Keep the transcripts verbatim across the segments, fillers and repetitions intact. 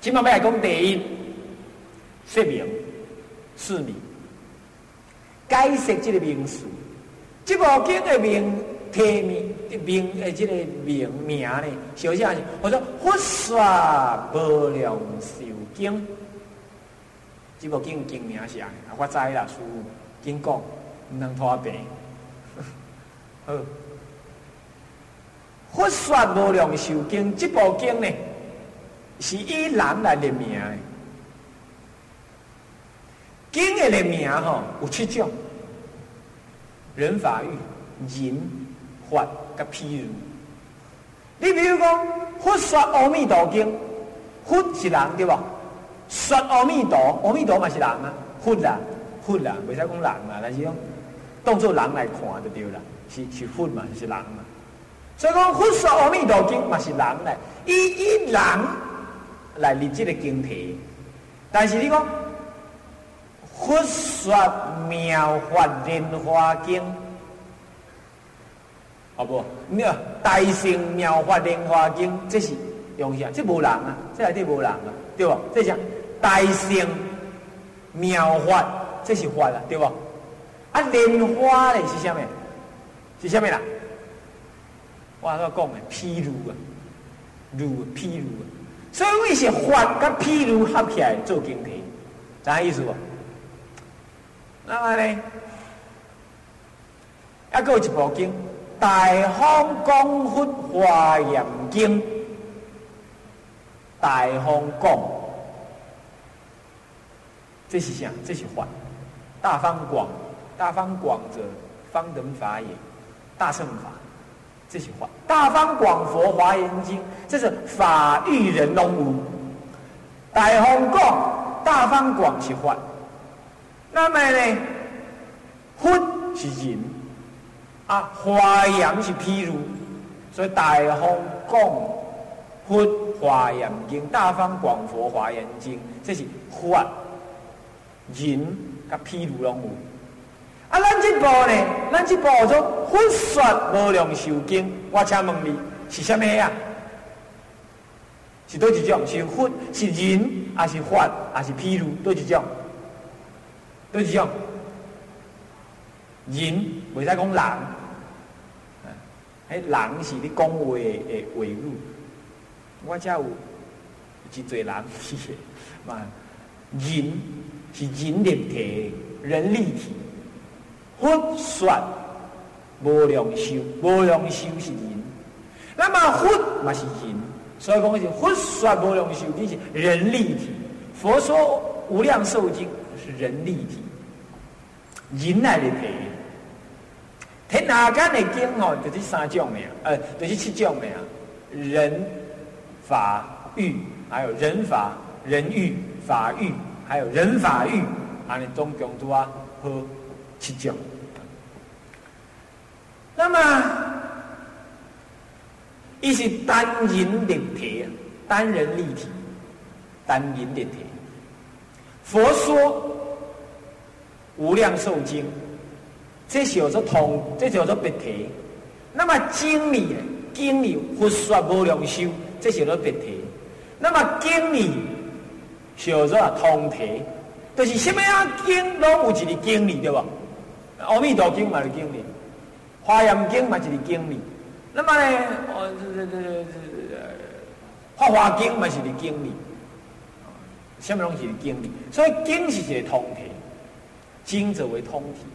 今嘛要来讲第一，说明是名，解释这个名词。这部经的名题名名诶，这个名名呢，小写是我说《佛说无量寿经》。这部经经名是啊，我知啦，师父紧讲，唔通拖病。好，《佛说无量寿经》这部经呢，是以人来列名的。经的列名吼有七种：人法喻、人法甲譬如。你比如讲《佛说阿弥陀经》，佛是人对吧？说阿弥陀，阿弥陀嘛是人啊，佛啦，佛啦，袂使讲人嘛，但是讲当作人来看就对啦，是是佛嘛，是人嘛。所以讲《佛说阿弥陀经》嘛是人来，以以人来立这个经题。但是你讲《佛说妙法莲华经》，好不？你啊，大乘妙法莲华经，这是用啥？这无人啊，这内底无人啊，对吧？这是大乘妙法，这是法啊，对吧？啊，莲花咧是啥物？是啥物啦？我所讲的譬如啊，如譬如啊，所以为是法甲譬如合起来做经题，知影意思无？那么呢，还佫有一部经《大方广佛华严经》，大方广，这是啥？这是法。大方广，大方广者，方等法也，大乘法，这是法。大方广佛华严经，这是法喻人拢有。大方广，大方广是法。那么呢，佛是人啊，华严是譬如，所以大方广佛华严经、大方广佛华严经，这是法人甲譬如拢有。啊，咱这部呢，咱这部叫做《佛说无量寿经》，我请问你是啥物啊？是倒一种？是佛？是人？还是法？还是譬如？倒一种？倒一种？人袂使讲人，迄人是你讲话的话语。我遮有真侪人是嘛，人是人立体，人立体。佛说无量寿，无量寿是人，那么佛嘛是人，所以讲是佛说无量寿经是人立体，佛说无量寿经是人立体，人来立体。天下间的经吼，就是三种的，呃，就是七种的啊，人、法、喻，还有人法、人喻、法喻，还有人法喻，安尼总共拄啊好七种。那么，伊是单人立体，单人立体，单人立体。佛说无量寿经，这是叫做通，这叫做别题。那么经里，经里佛说无量寿，这是叫做别题。那么经里叫做通题，就是什么样经拢有一个经理，对吧？阿弥陀经嘛是经理，华严经嘛是个经理。那么呢，哦，这这这这法华经嘛是个经理，什么东西是经理？所以经是一个通题，经则为通题。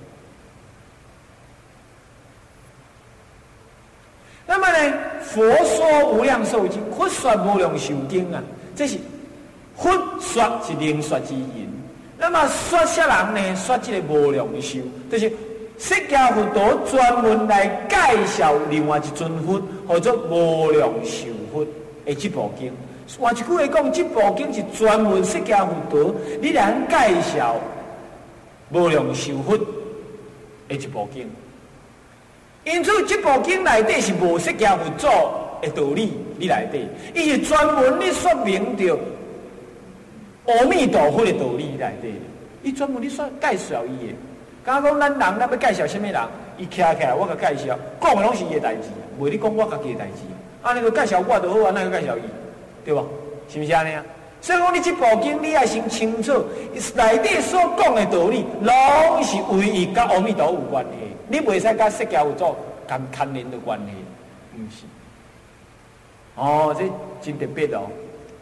那么呢，佛说无量寿经，佛说无量寿经啊，这是佛说是灵说之言。那么说啥人呢？说这个无量寿，就是释迦佛陀专门来介绍另外一尊佛，叫做无量寿佛的这部经。换一句话讲，这部经是专门释迦佛陀你来介绍无量寿佛的一部经。因此，这部经内底是无释迦佛祖的道理，你内底，伊是专门咧说明着阿弥陀佛的道理内底，伊专门咧说介绍伊的。刚刚讲咱人咱要介绍什么人，伊徛起来我甲介绍，讲的拢是伊的代志，袂你讲我家己的代志。安尼个介绍我就好，安尼个介绍伊，对吧？是不是安尼啊？ 所以讲，你这部经你要先清楚，内底所讲的道理，拢是唯一跟阿弥陀有关系。你袂使跟释迦有做牵牵连的关系，唔是。哦，这真特别哦。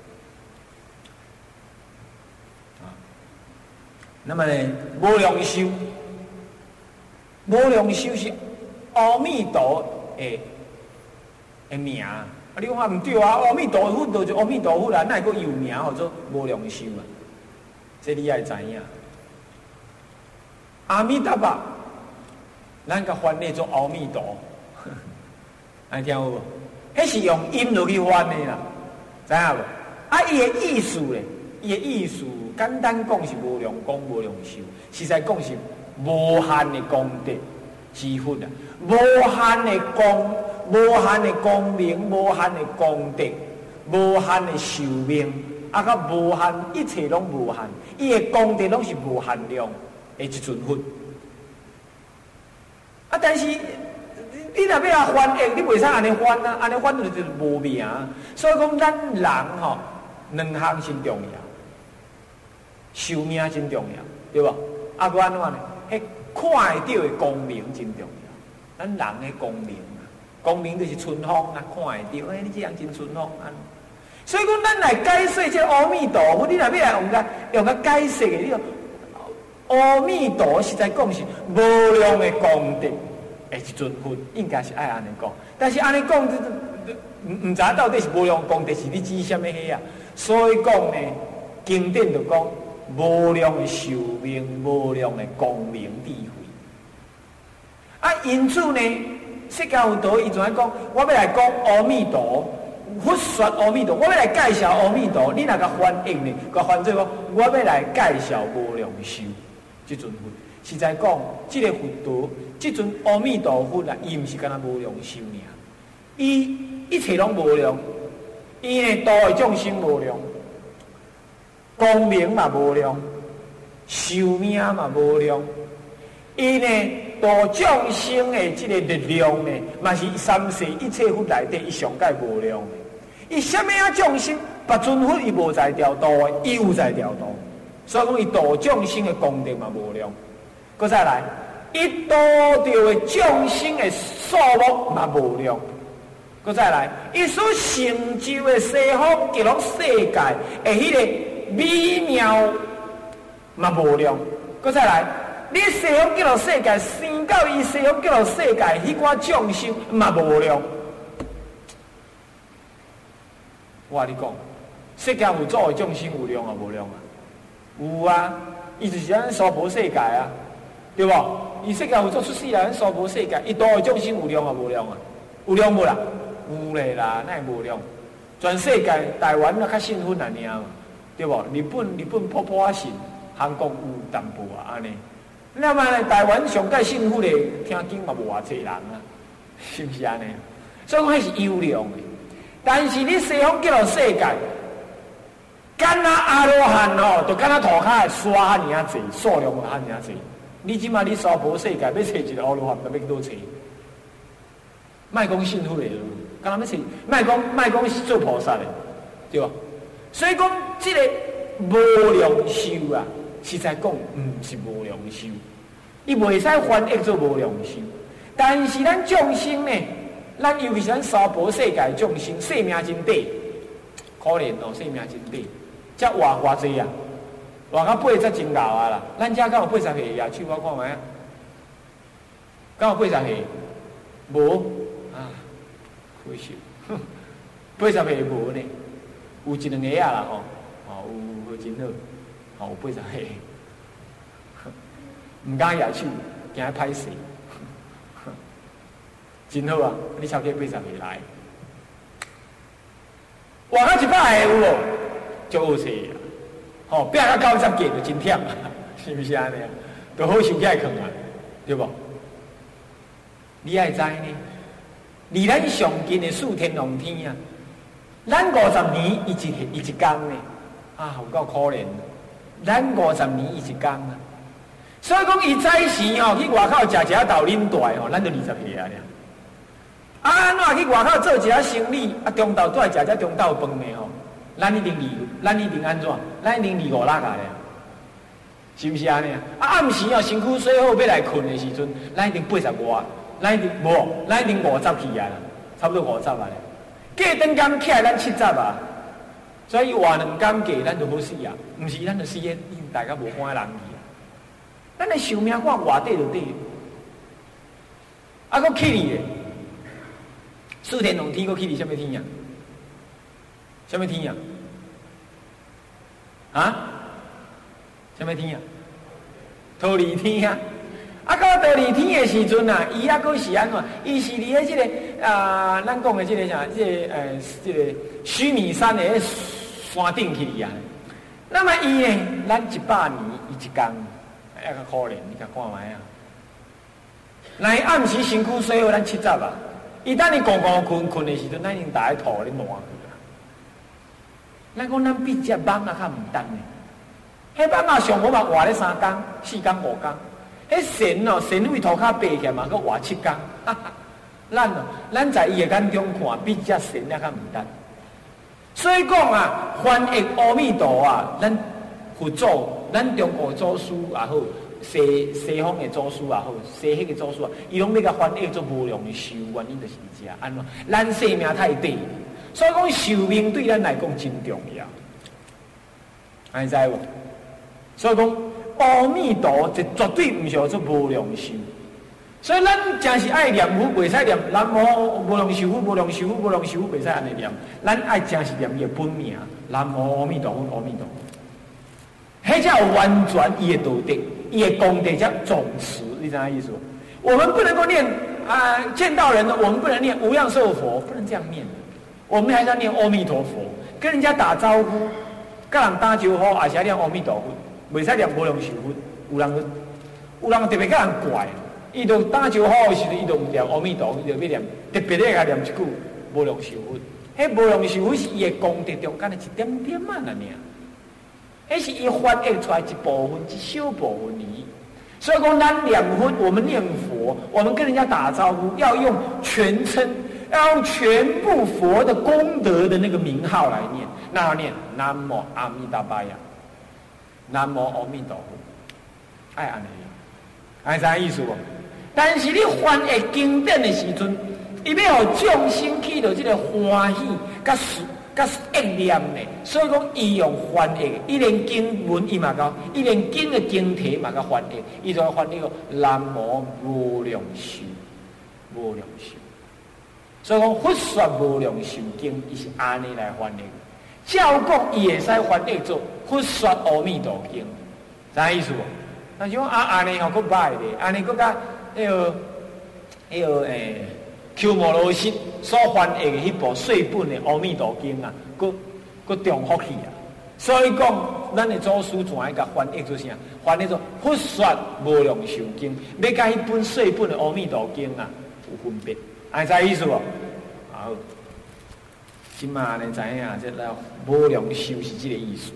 啊，那么呢，无量寿，无量寿是阿弥陀的的名。啊，你讲唔对啊，阿弥陀佛就是阿弥陀佛啦，哪会个有名叫做无量寿啊？这你爱知影。阿弥陀佛，咱个翻译做阿弥陀，爱听有无？迄是用音落去翻的啦，知影无？啊，伊的意思咧，伊的意思简单讲是无量功、无量寿，实在讲是无限的功德之福啊，无限的功。无限的功名，无限的功德，无限的寿命，啊，甲无限一切拢无限，伊的功德拢是无限量的一尊佛。啊，但是你若要来翻译，你袂使安尼翻啊，安尼翻就是无名。所以讲，咱人吼，两项真重要，寿命真重要，对无？啊，个安怎呢？迄看会到的功名真重要，咱人的功名。功名就是春风啊，看会到，哎，你这样真春风啊。所以讲，咱来解释这阿弥陀佛，你若要来用个用个解释的，你阿弥陀是在讲是无量的功德的一尊佛，应该是爱安尼讲。但是安尼讲，唔唔知到底是无量功德是你指什么迄啊？所以讲呢，经典就讲无量的寿命，无量的功名智慧。啊，因此呢。释迦佛陀伊就爱讲，我要来讲阿弥陀，佛说阿弥陀，我要来介绍阿弥陀。你那个翻译呢？个翻做讲，我要来介绍无量寿，这尊佛是在讲这个佛陀，这尊阿弥陀佛啊，伊唔是干那无量寿尔，伊一切拢无量，伊呢度的众生无量，功名嘛无量，寿命嘛无量，伊呢。度众生的这个力量呢，嘛是三世一切佛内底伊上界无量的。伊什么啊众生，别尊佛伊无在调度的，伊有在调度。所以讲伊度众生的功德嘛无量。搁再来，伊度到的众生的数目嘛无量。搁再来，伊所成就的西方极乐世界的迄个美妙嘛无量。搁再来。你西方极乐世界生到伊西方极乐世界，迄寡众生嘛无量。我跟你讲，释迦佛做的众生有量啊无量啊？有啊，伊就是咱娑婆世界啊，对不？伊释迦佛做出世来咱娑婆世界，伊度的众生有量啊无量啊？有量无啦？有咧啦，那无量。全世界台湾那较信佛安尼啊嘛，对不？日本日本普普啊信，韩国有淡薄啊安尼。那么呢，台湾上界信佛的听经嘛无偌济人啊，是不是安尼？所以讲迄是优良的。但是你西方极乐世界，干那阿罗汉吼，就干那涂骹的沙遐尔济，数量就遐尔济。你即马你娑婆世界要找一个阿罗汉，要要倒找？莫讲信佛的，干那要找？莫讲莫讲做菩萨的，对吧？所以讲这个无量寿啊。实在讲，唔是无量寿，伊袂使翻译做无量寿。但是咱众生呢，咱尤其是咱娑婆世界众生，生命真短，可怜哦，生命真短，才活偌济啊，活到八十真老啊啦。咱遮敢有八十岁呀？手我看卖啊，敢有八十岁？无啊，可惜，八十岁无呢，有一两个啊啦吼，哦，有有真好。哦，有八十岁，唔敢举手，惊歹势，真好啊！你超过八十岁来，活到一百个有无？就好势啊！吼，拼到九十几就真忝啊，是不是安尼啊？就好收起来藏啊，对不？你爱知呢？离咱上近的四天王天啊，咱五十年伊一伊一天呢，啊，有够可怜。咱五十年伊一天啊，所以讲伊早时吼去外口食一下豆奶大吼，咱就二十岁啊。啊，怎去外口做一下生意，啊中昼都来食只中昼饭的吼，咱一定离咱一定安怎？咱一定二五六啊咧，是毋是安尼啊？啊，暗时哦，身躯水好要来困的时阵，咱一定八十外，咱一定无，咱一定五十起来啦，差不多五十啊咧。过顿工起来，咱七十啊，所以活两工过，咱就好死啊，毋是咱就死诶，大家无欢人去啊。咱的寿命看偌短就短，啊，佫去哩诶，四天龙天佫去哩什么天啊？什么天啊？啊？什么天啊？桃李天啊！啊，到桃李天的时阵啊，伊啊佫是安怎？伊是伫咧即个啊，咱讲的即个啥？即、这个呃，即、这个须弥山的山顶去啊。那么伊呢，咱一百年伊一工，哎个可怜，你甲看卖啊！那暗时身躯水好，咱七十啊。伊等你怣怣困困的时阵，咱已经大家吐咧烂去啊。咱讲咱比这网啊较毋等呢。迄网啊上好嘛活咧三工、四工、五工。迄神哦，神位涂骹爬起嘛，佮活七工。咱哦，咱在伊的眼中看，比这神啊较毋等。所以讲啊，翻译阿弥陀啊，咱佛祖，咱中国祖师也好，西西方的祖师也好，西迄个祖师啊，伊拢要甲翻译做无量寿，原因就是这样。安怎？咱生命太短，所以讲寿命对咱来讲真重要。安知无？所以讲阿弥陀就绝对毋是叫做无量寿。所以咱真是爱念佛，袂使念南无无量寿佛，无量寿佛，无量寿佛，袂使安尼念。咱爱真是念伊的本名，南无阿弥陀佛，阿弥陀佛。迄才有完全伊的道德，伊的功德才总持，你知影意思？我们不能够念啊、呃，见到人了，我们不能念无量寿佛，不能这样念。我们还是要念阿弥陀佛，跟人家打招呼，跟人打招呼，也是要念阿弥陀佛，袂使念无量寿佛。有人有人特别跟人怪。伊就打招呼的时候，伊就唔念阿弥陀佛，伊就要念特别咧，甲念一句无量寿佛。迄无量寿佛是伊的功德中间的一点点啊，那尔。迄是伊翻译出来一部分，一小部分而已。所以讲，咱念佛，我们念佛，我们跟人家打招呼，要用全称，要用全部佛的功德的那个名号来念。那要念南无阿弥达巴呀，南无阿弥陀佛，爱安尼，爱啥意思无？但是你翻译经典的时阵，伊要互众生起到这个欢喜、甲甲应念呢。所以讲，伊用翻译，伊连经文伊嘛搞，伊连经的经题嘛搞翻译，伊就翻译个南无无量寿，无量寿。所以讲，佛说无量寿经，伊是安尼来翻译。照讲，伊会使翻译做佛说阿弥陀经，啥意思无？但是讲啊安尼吼，佫歹咧，安尼佫甲。迄个、迄个诶，鸠摩罗什所翻译的迄部碎本的《阿弥陀经》啊，佫佫重复去啊。所以讲，咱的祖师怎爱甲翻译做啥？翻译做《佛说无量寿经》，要甲迄本碎本的《阿弥陀经》啊有分别，安知意思无？好，即马安尼知影，这个无量寿是这个意思。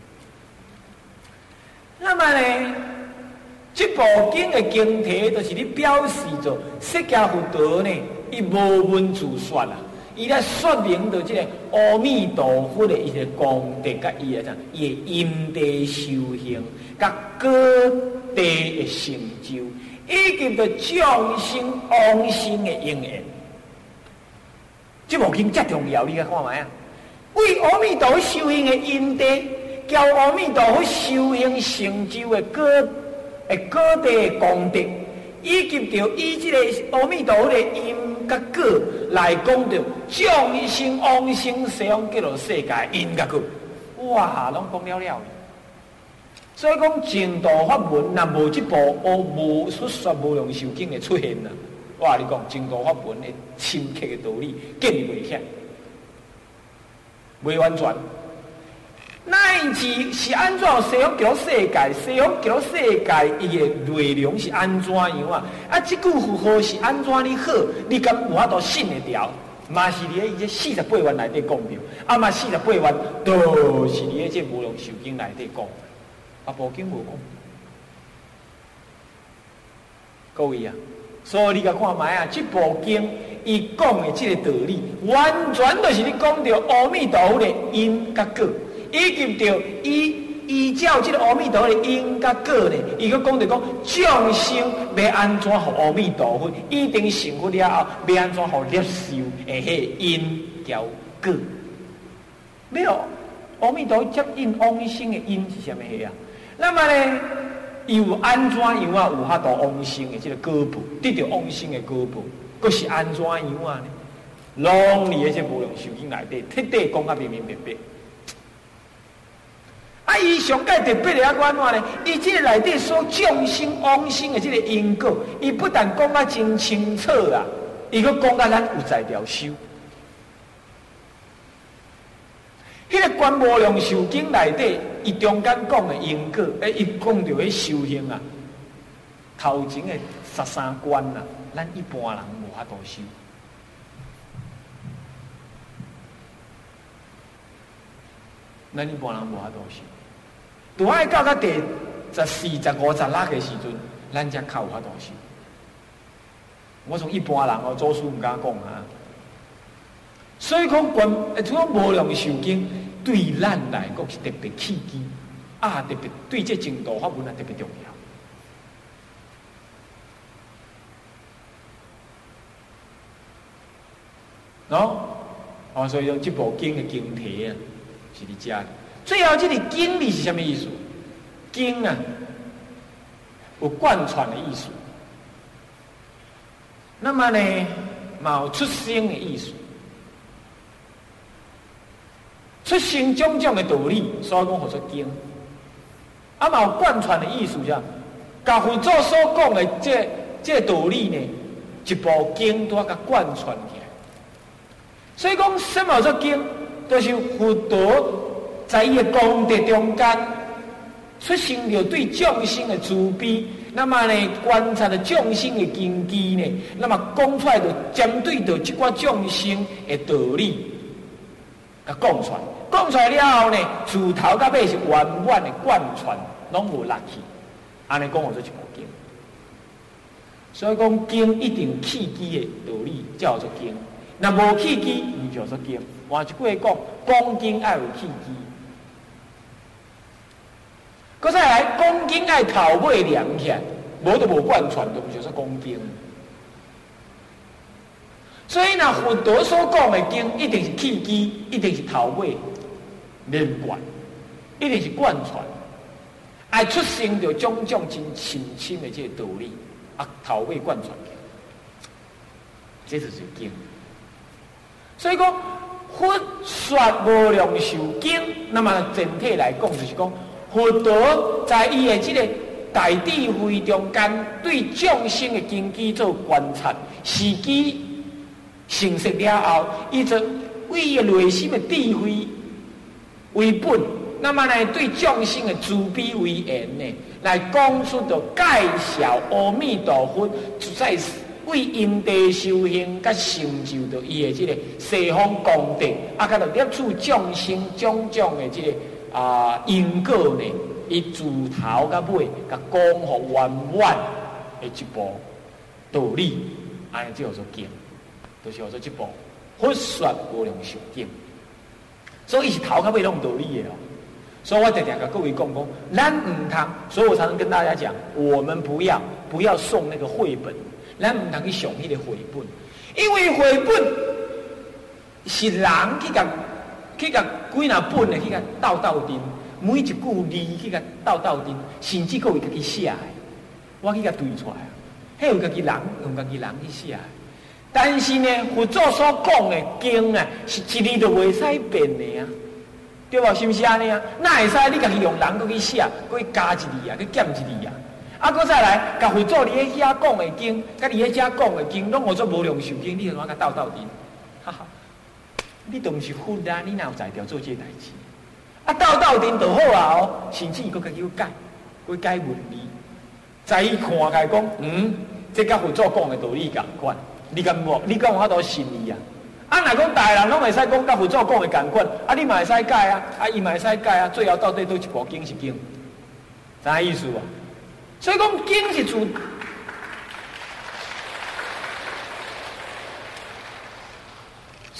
那么呢？这部经的经题，就是你表示着释迦佛陀呢，伊无文自说啦，伊来说明着这个阿弥陀佛的伊个功德，甲伊个啥，伊个因地修行，甲果地的成就，以及着众生往生的因缘。这部经真重要，你甲看卖啊！为阿弥陀佛修行的因地，叫阿弥陀佛修行成就的果。诶，果地功德，以及着以这个阿弥陀佛的因甲果来讲着众生往生西方极乐世界因甲果，哇，拢讲了了。所以讲净土法门，若无这部《无所说无量寿经》的出现啦，哇，你讲净土法门的深刻的道理，见袂显，袂完全。乃至是安怎西方极乐世界？西方极乐世界伊个内容是安怎样啊？啊，这句符号是安怎哩好？你敢有法度信会了？嘛是伫咧伊这四十八愿内底讲着，啊嘛四十八愿都是伫咧这无量寿经内底讲，啊部经无讲。各位啊，所以你甲看卖啊，这部经伊讲的这个道理，完全就是你讲着阿弥陀佛的因甲果。 以及着依依照这个阿弥陀的因甲果呢，伊个讲着讲众生要安怎互阿弥陀佛，一定成佛了后，要安怎互接受的迄因交果。没有阿弥陀接引往生的因是啥物嘢啊？那么呢，又安怎样啊？有法度往生的这个果报，得到往生的果报，佫是安怎样啊呢？拢伫个这无量寿经内底，彻底讲甲明明白白。啊，伊上界特别的啊，安怎呢？伊这个内底所众生往生的这个因果，伊不但讲甲真清楚啊，伊佫讲甲咱有在调修。迄个《观无量寿经》内底，伊中间讲的因果，诶，伊讲到迄修行啊，头前的十三关啊，咱一般人无法度修。咱一般人无法度修，拄爱到到第十四、十五、十六个时阵，咱才较有法度修。我从一般人哦，祖师毋敢讲啊。所以讲，观诶，除了无量寿经，对咱来讲是特别契机，啊，特别对这净土法文啊特别重要。喏，哦，所以讲这部经的经题啊，是伫遮。最后，这个经理是什么意思？经啊，有贯穿的意思。那么呢，嘛有出生的意思。出生种种的道理，所以讲叫做经。啊，嘛有贯穿的意思，啥？甲佛祖所讲的这这道理呢，一部经都要甲贯穿起来。所以讲，什么叫做经？就是佛陀在伊的功德中间，出生了对众生的慈悲，那么呢，观察了众生的根基呢，那么讲出来就针对着这寡众生的道理，甲讲出来。讲出来了后呢，自头到尾是圆满的贯穿，拢无落去。安尼讲，我做一部经。所以讲经一定契机的道理叫做经，若无契机，唔叫做经。换一句话讲，讲经要有契机。搁再来，讲经要头尾连起来，无就无贯穿，就唔叫做讲经。所以，那佛陀所讲的经，一定是契机，一定是头尾连贯，一定是贯穿，爱出生着种种真深深的这个道理，啊，头尾贯穿起来，这就是经。所以讲，佛说无量寿经，那么整体来讲，就是讲，佛陀在伊的这个大智慧中间，对众生的根基做观察，时机成熟了后，伊就为伊内心的智慧为本，那么呢，对众生的慈悲为言呢，来讲出着介绍阿弥陀佛在为因地修行，甲成就着伊的这个西方功德，啊，甲着摄取众生种种的这个啊、呃、因果呢，伊自头到尾，甲讲互圆满的一部道理，安尼就叫做经，就是叫做这部《佛说无量寿经》。所以伊是头到尾拢有道理的哦。所以我常常跟各位讲讲，咱唔通，所以我常常跟大家讲，我们不要不要送那个绘本，咱唔通去上迄个绘本，因为绘本是人去甲去甲几若本的去甲斗斗阵，每一句字去甲斗斗阵，甚至佫有家己写的，我去甲对出来，迄有家己人用家己人去写的。但是呢，佛祖所讲的经啊，是一字都袂使变的啊，对吧？是不是安尼啊？那会使你家己用人搁去写，搁去加一字啊，去减一字啊？啊，搁再来，甲佛祖伫咧遐讲的经，甲伫咧遮讲的经，拢学做无量寿经，你就怎甲斗斗阵？哈哈，你都毋是佛啊，你哪有才调做这代志？啊，斗斗阵就好啊哦，甚至伊搁家己去改，搁改文字，在伊看来讲，嗯，这甲佛祖讲的道理共款。你敢无？你敢有法度信伊啊？啊，若讲大人拢会使讲甲佛祖讲的共款，啊，你嘛会使改啊，啊，伊嘛会使改啊，最后到底都一部经是经，啥意思啊？所以讲经是自，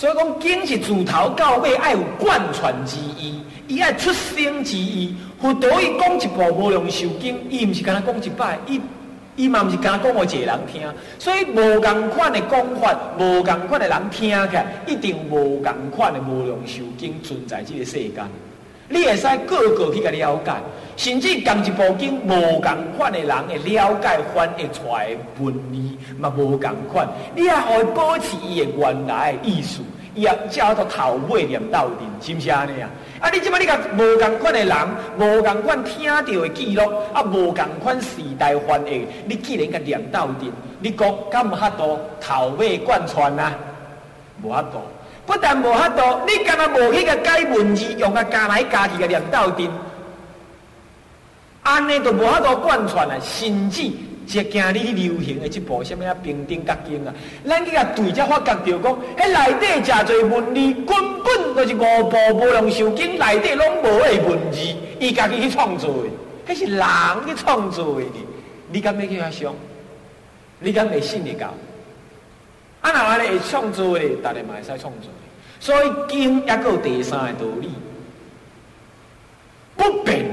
所以讲经是自头到尾爱有贯穿之意，伊爱出生之意。佛陀伊讲一部无量寿经，伊毋是干那讲一摆，伊伊嘛毋是干那讲互一个人听。所以无共款的讲法，无共款的人听起来，一定无共款的无量寿经存在这个世间。你会使个个去甲了解，甚至同一部经无共款的人会了解翻译出来的文理嘛无共款。你也互伊保持伊的原来的意思，伊也照到头尾念到阵，是毋是安尼啊？啊！你即摆你甲无共款的人，无共款听到的记录，啊，无共款时代翻译，你既然甲念到阵，你讲敢有法度头尾贯穿啊？无法度。不但无法度，你敢若无去个改文字，用个加来加去个念斗阵，安尼都无法度贯穿啊！甚至即今日流行的即部什么啊《平等觉经》啊，咱去甲对才发觉到讲，迄内底诚侪文理，根本就是五部无量寿经内底拢无个文字，伊家己去创作的，迄是人去创作的。你敢要去遐想？你敢会信得到？啊，若安尼会创作咧，大家嘛会使创作。所以经也有第三个道理，不变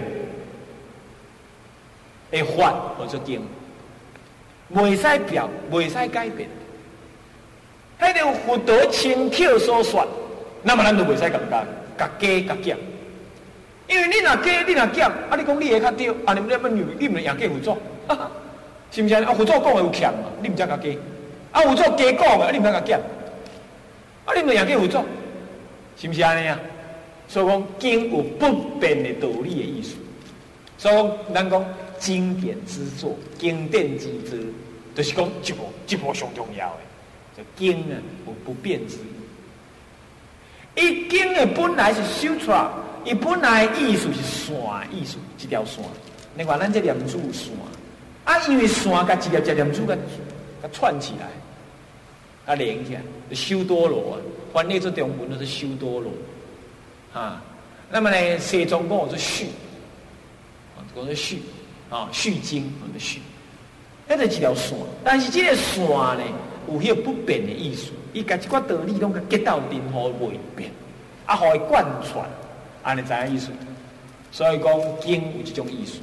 的法或者经，袂使变，袂使改变。迄个佛陀清巧所说，那么咱就袂使共加加加加减。因为你若加，你若减，啊，你讲你会较对，啊，你们要你你们杨家辅助，是毋是？啊，辅助讲的有强嘛，你毋才加加。啊，有做加讲的，你毋通甲减，啊，你毋杨家辅助，是毋是安尼啊？所以讲经有不变的道理的意思。所以讲咱讲经典之作、经典之作，就是讲一部一部上重要的，就经啊有不变之意。伊经的本来是修出来，伊本来的意思是线意思，一条线。另外，咱这念珠有线，啊，因为线甲一条一念珠甲甲串起来，甲连起来，就修多罗啊。翻译做中文就是修多罗啊。那么呢，西藏讲我是续，讲做续啊，续经或者续，那是一条线。但是这个线呢，有迄个不变的意思，伊甲一寡道理拢甲结到任何袂变，啊，互伊贯穿，安尼知影意思。所以讲经有这种意思。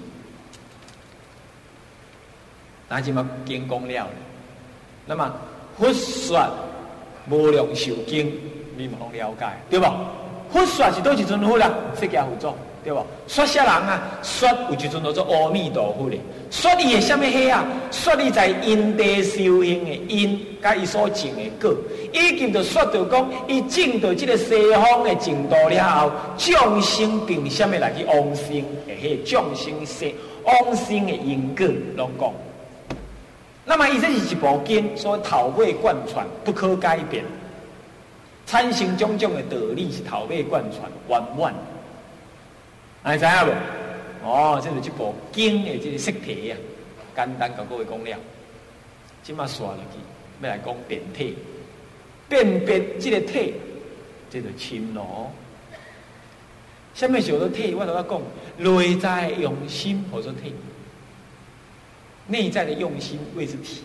那即嘛经讲了，那么佛说无量寿经，你嘛拢了解，对不？佛说是倒一尊佛啦，释迦佛祖，对不？说啥人啊？说有一尊叫做阿弥陀佛的，说你的什么迄啊？说你在因地修行的因，甲伊所种的果，已经就说到讲，伊种到这个西方的净土了后，众生凭什么来去往生？诶，迄众生生往生的因果，拢讲。那么，伊这是一部经，所以头尾贯穿，不可改变，产生种种的道理是头尾贯穿，圆满。你知影无？哦，这就是一部经的这个释题啊，简单甲各位讲了。即马刷落去，要来讲变体，辨别这个体，这就深咯。什么叫做体？我都要讲，内在用心或者体。内在的用心谓之体，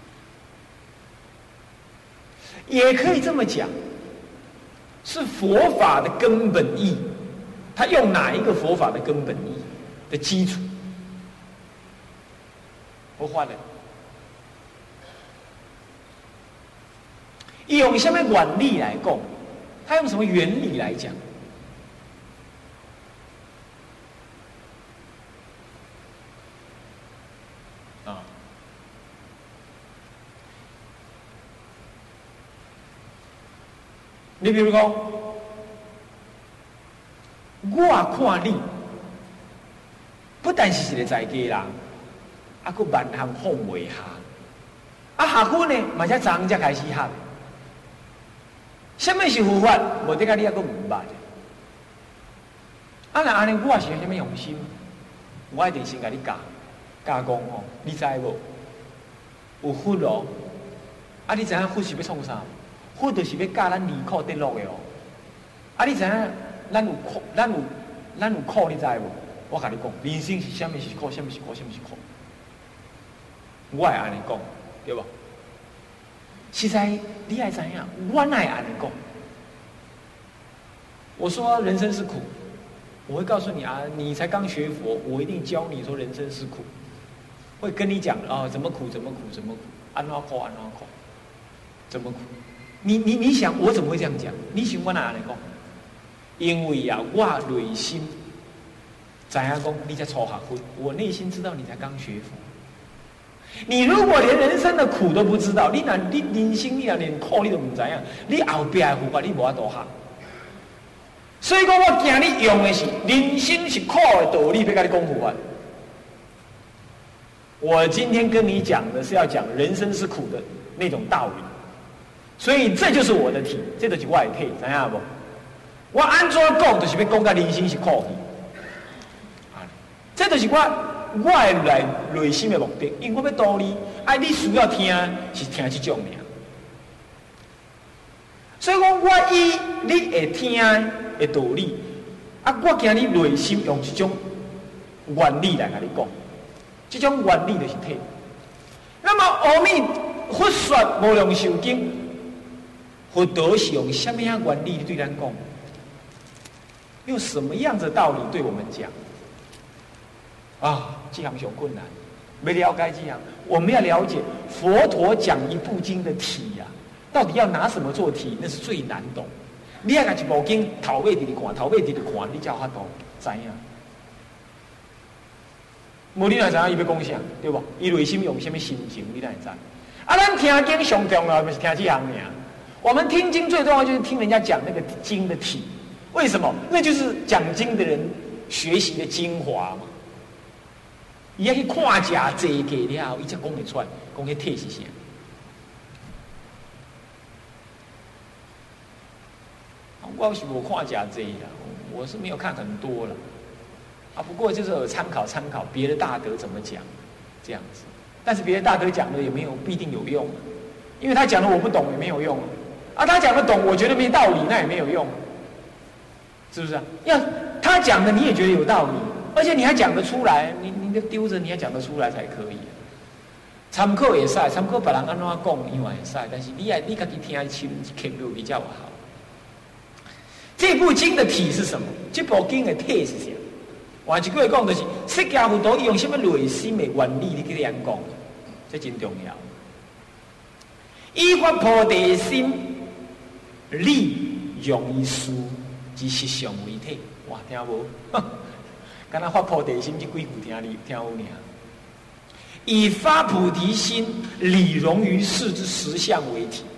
也可以这么讲，是佛法的根本义。他用哪一个佛法的根本义的基础？佛法的，用什么原理来讲？他用什么原理来讲？你比如讲，我看你，不但是一个在家人，啊，佫万行放袂下，啊，学分呢，嘛才昨才开始学。什么是佛法？无得甲你还佫唔捌。啊，那安尼我是有什么用心？我一定先甲你教，教讲吼，你知无？有佛哦，啊，你知影佛是要创啥？佛就是要教咱离苦得乐的哦。啊，你知影？咱有苦，咱有咱有苦，你知无？我甲你讲，人生是什么是苦，什么是苦，什么是苦。我会安尼讲，对无？实在你爱知影，我哪会安尼讲？ 我说人生是苦，我会告诉你啊，你才刚学佛，我一定教你说人生是苦，会跟你讲啊、哦，怎么苦怎么苦怎么苦，安怎苦安怎苦，怎么苦？你你你想我怎么会这样讲？你想我哪来讲？因为啊，我内心知影讲你在初学佛，我内心知道你才刚学佛。你如果连人生的苦都不知道，你那你人生你啊连苦你都不知影，你后边的佛法你无法度学。所以讲我今日用的是人生是苦的道理，要跟你讲佛法。我今天跟你讲的是要讲人生是苦的那种道理，所以这就是我的题，这就是我的体，知影不？我安怎讲，就是要讲到人生是苦的，这就是我。我的来内心的目的，因为我要道理，哎，你需要听是听这种尔。所以讲，我以你会听的道理，啊，我今日内心用这种原理来跟你讲，这种原理就是体。那么阿弥佛说无量寿经，佛陀是用什么样原理对咱讲？用什么样的道理对我们讲？啊，这样有困难，没了解这样，我们要了解佛陀讲一部经的题呀、啊，到底要拿什么做题，那是最难懂。你要拿一部经头尾直直看，头尾直直看，你才有法度知影。无你哪知影伊要讲啥，对不？伊内心用什么心情，你哪会知？啊，咱听经上重要的是听这项尔。我们听经最重要就是听人家讲那个经的题，为什么？那就是讲经的人学习的精华嘛。伊要去看假坐过了后，伊才讲得出来，讲迄体是啥。我是无看假坐啦，我是没有看很多了，啊，不过就是有参考参考别的大德怎么讲，这样子。但是别的大德讲的也没有必定有用，因为他讲的我不懂也没有用，啊，他讲的懂，我觉得没道理，那也没有用，是不是啊？要他讲的你也觉得有道理。而且你还讲得出来，你你就丢着，你还讲得出来才可以。参考也晒，参考别人安怎讲，以外也晒，但是你爱你自己听清听就比较好。这部经的体是什么？这部经的体是啥？换一句话讲，就是释迦佛陀用什么内心的原理你去人讲，这真重要。依发菩提心，利用于事之实相为体。哇，听无？刚才发菩提心，这几句听你听有呢。以发菩提心，理容于事之实相为体。